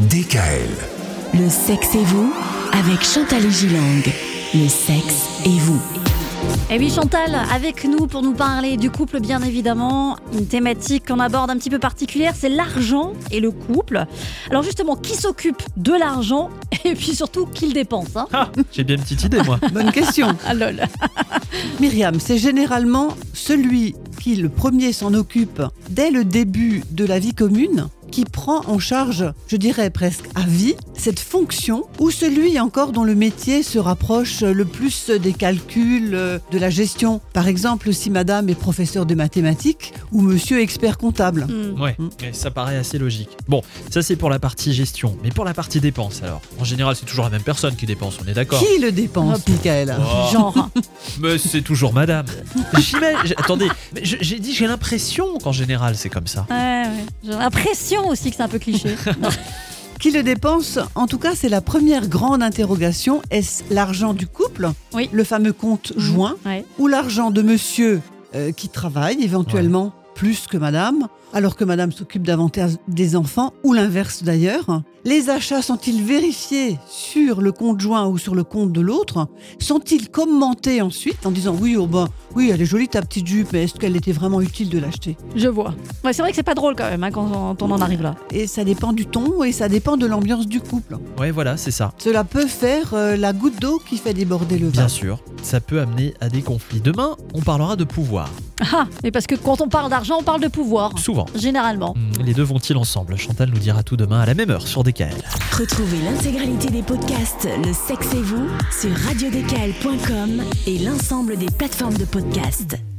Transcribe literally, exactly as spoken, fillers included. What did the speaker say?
D K L. Le sexe et vous, avec Chantal et Gilang. Le sexe et vous. Et oui, Chantal, avec nous pour nous parler du couple, bien évidemment. Une thématique qu'on aborde un petit peu particulière, c'est l'argent et le couple. Alors justement, qui s'occupe de l'argent et puis surtout qui le dépense, hein? Ah, j'ai bien une petite idée, moi. Bonne question. Ah lol. Myriam, c'est généralement celui qui le premier s'en occupe dès le début de la vie commune qui prend en charge, je dirais presque à vie, cette fonction, ou celui encore dont le métier se rapproche le plus des calculs, de la gestion. Par exemple, si madame est professeure de mathématiques ou monsieur expert comptable. Hmm. Ouais, ouais, ça paraît assez logique. Bon, ça c'est pour la partie gestion. Mais pour la partie dépenses, alors? En général, c'est toujours la même personne qui dépense, on est d'accord? Qui le dépense, Hop. Michael? Oh. Genre. Mais c'est toujours madame. J'imagine- Attendez, mais je- j'ai dit j'ai l'impression qu'en général c'est comme ça. Ouais, ouais. J'ai l'impression aussi que c'est un peu cliché. Qui le dépense? En tout cas, c'est la première grande interrogation. Est-ce l'argent du couple, Oui. le fameux compte joint, Ouais. ou l'argent de monsieur euh, qui travaille éventuellement plus que madame, alors que madame s'occupe davantage des enfants, ou l'inverse d'ailleurs? Les achats sont-ils vérifiés sur le compte joint ou sur le compte de l'autre? Sont-ils commentés ensuite en disant oui, oh ben, oui, elle est jolie ta petite jupe, mais est-ce qu'elle était vraiment utile de l'acheter? Je vois. Ouais, c'est vrai que c'est pas drôle quand même hein, quand on en arrive là. Et ça dépend du ton et ça dépend de l'ambiance du couple. Ouais, voilà, c'est ça. Cela peut faire euh, la goutte d'eau qui fait déborder le Bien vase. sûr, ça peut amener à des conflits. Demain, on parlera de pouvoir. Ah, mais parce que quand on parle d'argent, on parle de pouvoir. Souvent. Généralement. Hmm, Les deux vont-ils ensemble? Chantal nous dira tout demain à la même heure sur D K L. Retrouvez l'intégralité des podcasts Le sexe et vous sur radio d k l point com et l'ensemble des plateformes de podcasts.